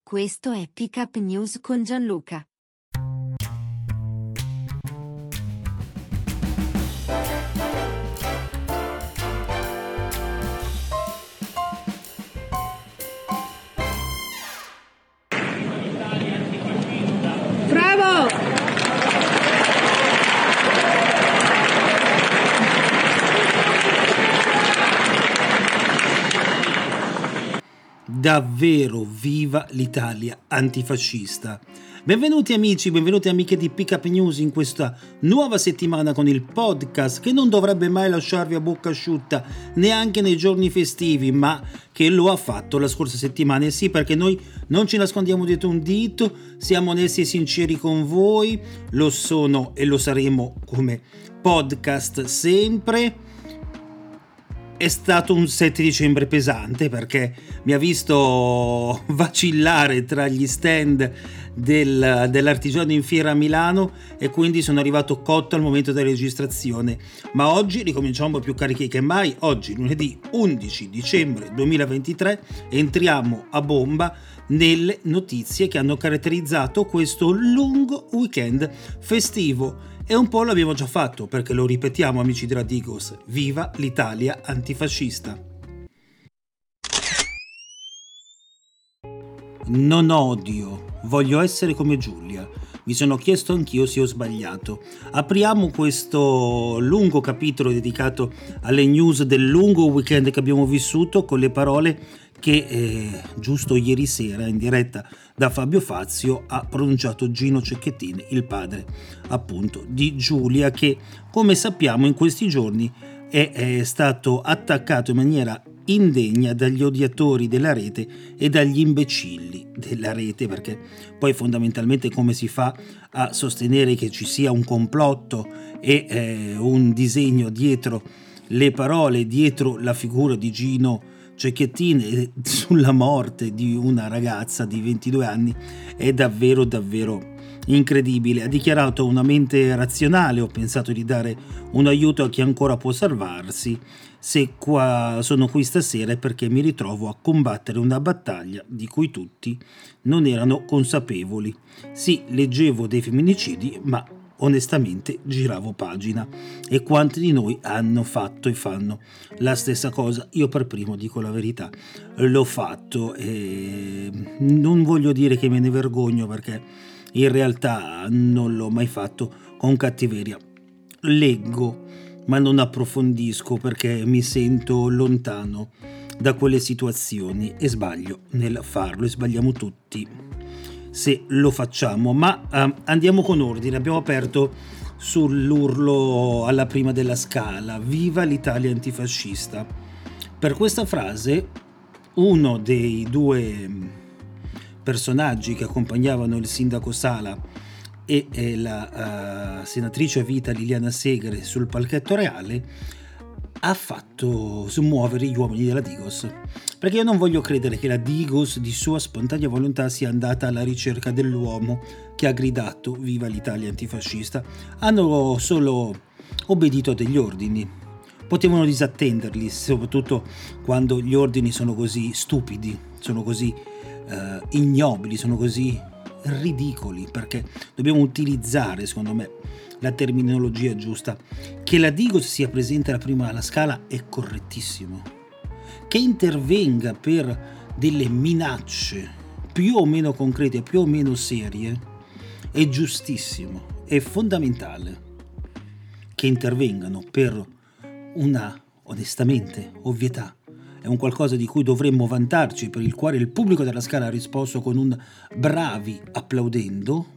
Questo è Pick Up News con Gianluca. Bravo! Davvero viva l'Italia antifascista. Benvenuti amici, benvenuti amiche di Pick Up News in questa nuova settimana con il podcast che non dovrebbe mai lasciarvi a bocca asciutta neanche nei giorni festivi, ma che lo ha fatto la scorsa settimana. E sì, perché noi non ci nascondiamo dietro un dito, siamo onesti e sinceri con voi, lo sono e lo saremo come podcast sempre. È stato un 7 dicembre pesante perché mi ha visto vacillare tra gli stand dell'artigiano in fiera a Milano e quindi sono arrivato cotto al momento della registrazione. Ma oggi ricominciamo più carichi che mai. Oggi, lunedì 11 dicembre 2023, entriamo a bomba nelle notizie che hanno caratterizzato questo lungo weekend festivo. E un po' l'abbiamo già fatto, perché lo ripetiamo amici della Digos, viva l'Italia antifascista. Non odio, voglio essere come Giulia. Mi sono chiesto anch'io se ho sbagliato. Apriamo questo lungo capitolo dedicato alle news del lungo weekend che abbiamo vissuto con le parole che giusto ieri sera in diretta da Fabio Fazio ha pronunciato Gino Cecchettin, il padre appunto di Giulia, che come sappiamo in questi giorni è stato attaccato in maniera indegna dagli odiatori della rete e dagli imbecilli della rete, perché poi fondamentalmente come si fa a sostenere che ci sia un complotto e un disegno dietro le parole, dietro la figura di Gino Cecchettin sulla morte di una ragazza di 22 anni è davvero incredibile. Ha dichiarato una mente razionale, ho pensato di dare un aiuto a chi ancora può salvarsi. Se sono qui stasera è perché mi ritrovo a combattere una battaglia di cui tutti non erano consapevoli. Sì, leggevo dei femminicidi, ma onestamente giravo pagina. E quanti di noi hanno fatto e fanno la stessa cosa? Io per primo dico la verità, l'ho fatto e non voglio dire che me ne vergogno, perché in realtà non l'ho mai fatto con cattiveria. Leggo ma non approfondisco perché mi sento lontano da quelle situazioni e sbaglio nel farlo, e sbagliamo tutti se lo facciamo, ma andiamo con ordine. Abbiamo aperto sull'urlo alla prima della scala, viva l'Italia antifascista. Per questa frase uno dei due personaggi che accompagnavano il sindaco Sala e la senatrice a vita Liliana Segre sul palchetto reale ha fatto smuovere gli uomini della Digos, perché io non voglio credere che la Digos di sua spontanea volontà sia andata alla ricerca dell'uomo che ha gridato viva l'Italia antifascista. Hanno solo obbedito a degli ordini, potevano disattenderli, soprattutto quando gli ordini sono così stupidi, sono così ignobili, sono così ridicoli, perché dobbiamo utilizzare, secondo me, la terminologia giusta. Che la Digos sia presente alla prima alla scala è correttissimo, che intervenga per delle minacce più o meno concrete, più o meno serie, è giustissimo, è fondamentale che intervengano per una, onestamente, ovvietà. È un qualcosa di cui dovremmo vantarci, per il quale il pubblico della Scala ha risposto con un bravo applaudendo.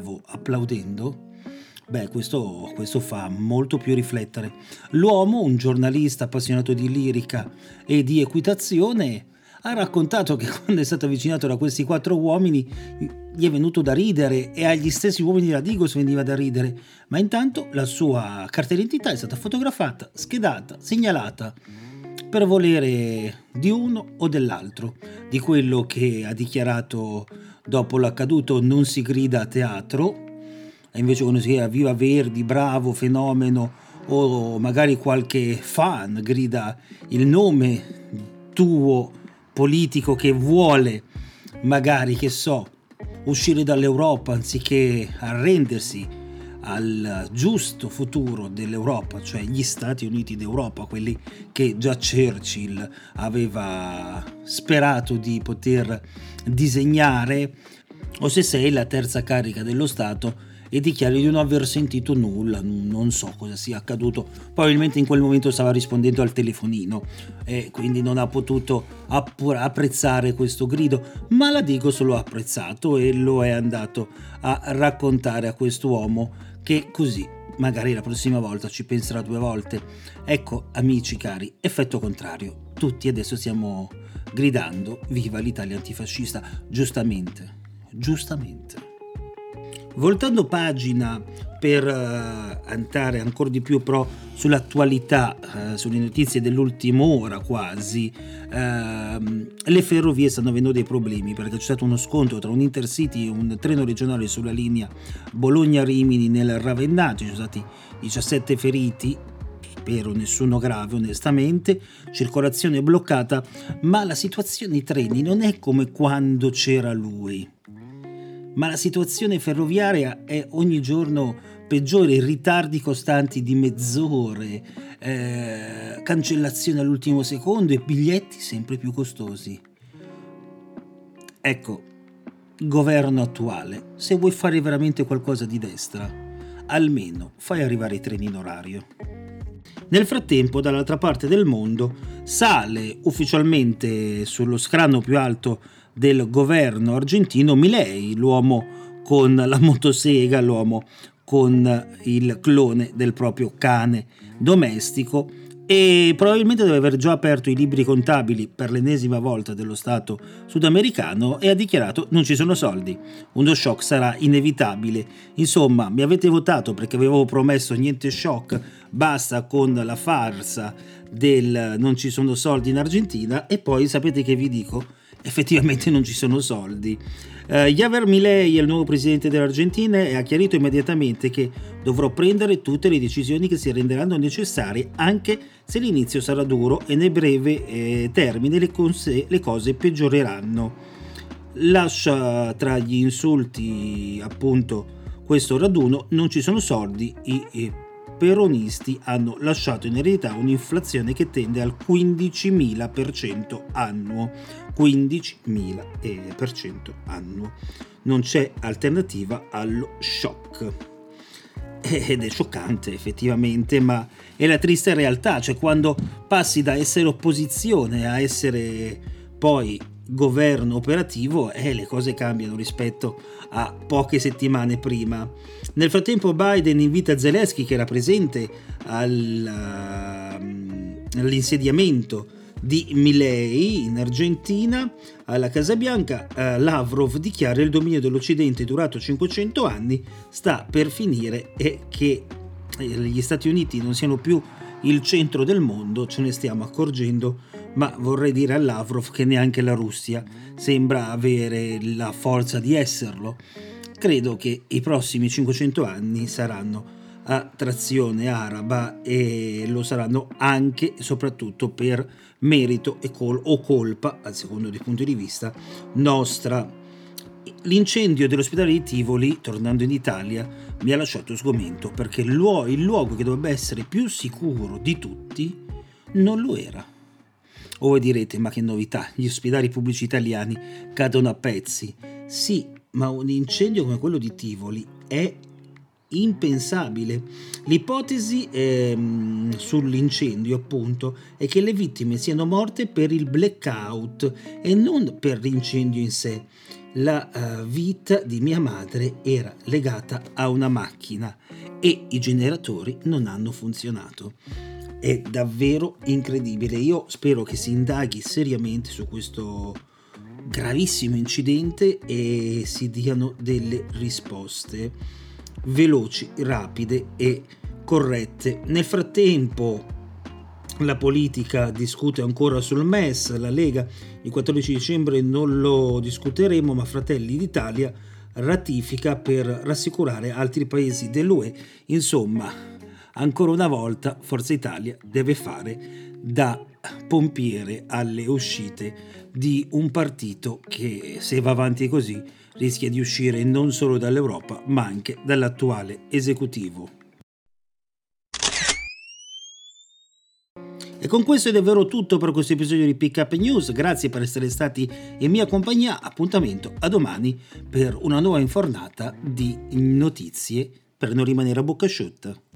Beh, questo fa molto più riflettere. L'uomo, un giornalista appassionato di lirica e di equitazione, ha raccontato che quando è stato avvicinato da questi 4 uomini gli è venuto da ridere, e agli stessi uomini della Digos veniva da ridere, ma intanto la sua carta d'identità è stata fotografata, schedata, segnalata per volere di uno o dell'altro. Di quello che ha dichiarato dopo l'accaduto non si grida a teatro, e invece quando si grida viva Verdi, bravo, fenomeno, o magari qualche fan grida il nome tuo politico che vuole magari, che so, uscire dall'Europa anziché arrendersi al giusto futuro dell'Europa, cioè gli Stati Uniti d'Europa, quelli che già Churchill aveva sperato di poter disegnare, o se sei la terza carica dello Stato e dichiari di non aver sentito nulla, non so cosa sia accaduto, probabilmente in quel momento stava rispondendo al telefonino e quindi non ha potuto apprezzare questo grido, ma la Digo se l'ho apprezzato e lo è andato a raccontare a quest'uomo, che così magari la prossima volta ci penserà 2 volte. Ecco, amici cari, effetto contrario, tutti adesso stiamo gridando viva l'Italia antifascista, giustamente. Voltando pagina per andare ancora di più però sull'attualità, sulle notizie dell'ultima ora quasi, le ferrovie stanno avendo dei problemi perché c'è stato uno scontro tra un Intercity e un treno regionale sulla linea Bologna-Rimini nel Ravennato, ci sono stati 17 feriti, spero nessuno grave onestamente, circolazione bloccata, ma la situazione dei treni non è come quando c'era lui. Ma la situazione ferroviaria è ogni giorno peggiore, ritardi costanti di mezz'ore, cancellazione all'ultimo secondo e biglietti sempre più costosi. Ecco, governo attuale, se vuoi fare veramente qualcosa di destra, almeno fai arrivare i treni in orario. Nel frattempo, dall'altra parte del mondo, sale ufficialmente sullo scranno più alto del governo argentino Milei, l'uomo con la motosega, l'uomo con il clone del proprio cane domestico, e probabilmente deve aver già aperto i libri contabili per l'ennesima volta dello Stato sudamericano e ha dichiarato: non ci sono soldi, uno shock sarà inevitabile. Insomma, mi avete votato perché avevo promesso niente shock, basta con la farsa del non ci sono soldi in Argentina, e poi sapete che vi dico? Effettivamente non ci sono soldi. Javier Milei è il nuovo presidente dell'Argentina e ha chiarito immediatamente che dovrò prendere tutte le decisioni che si renderanno necessarie, anche se l'inizio sarà duro e nel breve termine le cose peggioreranno. Lascia tra gli insulti appunto questo raduno: non ci sono soldi, i peronisti hanno lasciato in eredità un'inflazione che tende al 15.000% annuo. 15.000% annuo. Non c'è alternativa allo shock. Ed è scioccante effettivamente, ma è la triste realtà, cioè quando passi da essere opposizione a essere poi governo operativo, le cose cambiano rispetto a poche settimane prima. Nel frattempo Biden invita Zelensky, che era presente all'insediamento di Milei in Argentina, alla Casa Bianca. Lavrov dichiara: il dominio dell'Occidente durato 500 anni sta per finire e che gli Stati Uniti non siano più il centro del mondo ce ne stiamo accorgendo, ma vorrei dire a Lavrov che neanche la Russia sembra avere la forza di esserlo. Credo che i prossimi 500 anni saranno a trazione araba e lo saranno anche e soprattutto per merito o colpa, a secondo dei punti di vista, nostra. L'incendio dell'ospedale di Tivoli, tornando in Italia, mi ha lasciato sgomento perché il luogo che dovrebbe essere più sicuro di tutti non lo era. O voi direte: ma che novità, gli ospedali pubblici italiani cadono a pezzi. Sì, ma un incendio come quello di Tivoli è impensabile. L'ipotesi sull'incendio appunto è che le vittime siano morte per il blackout e non per l'incendio in sé. La vita di mia madre era legata a una macchina e i generatori non hanno funzionato. È davvero incredibile. Io spero che si indaghi seriamente su questo gravissimo incidente e si diano delle risposte veloci, rapide e corrette. Nel frattempo la politica discute ancora sul MES, la Lega il 14 dicembre non lo discuteremo, ma Fratelli d'Italia ratifica per rassicurare altri paesi dell'UE. Insomma, ancora una volta Forza Italia deve fare da pompiere alle uscite di un partito che, se va avanti così, rischia di uscire non solo dall'Europa ma anche dall'attuale esecutivo. E con questo è davvero tutto per questo episodio di Pick Up News. Grazie per essere stati in mia compagnia. Appuntamento a domani per una nuova infornata di notizie per non rimanere a bocca asciutta.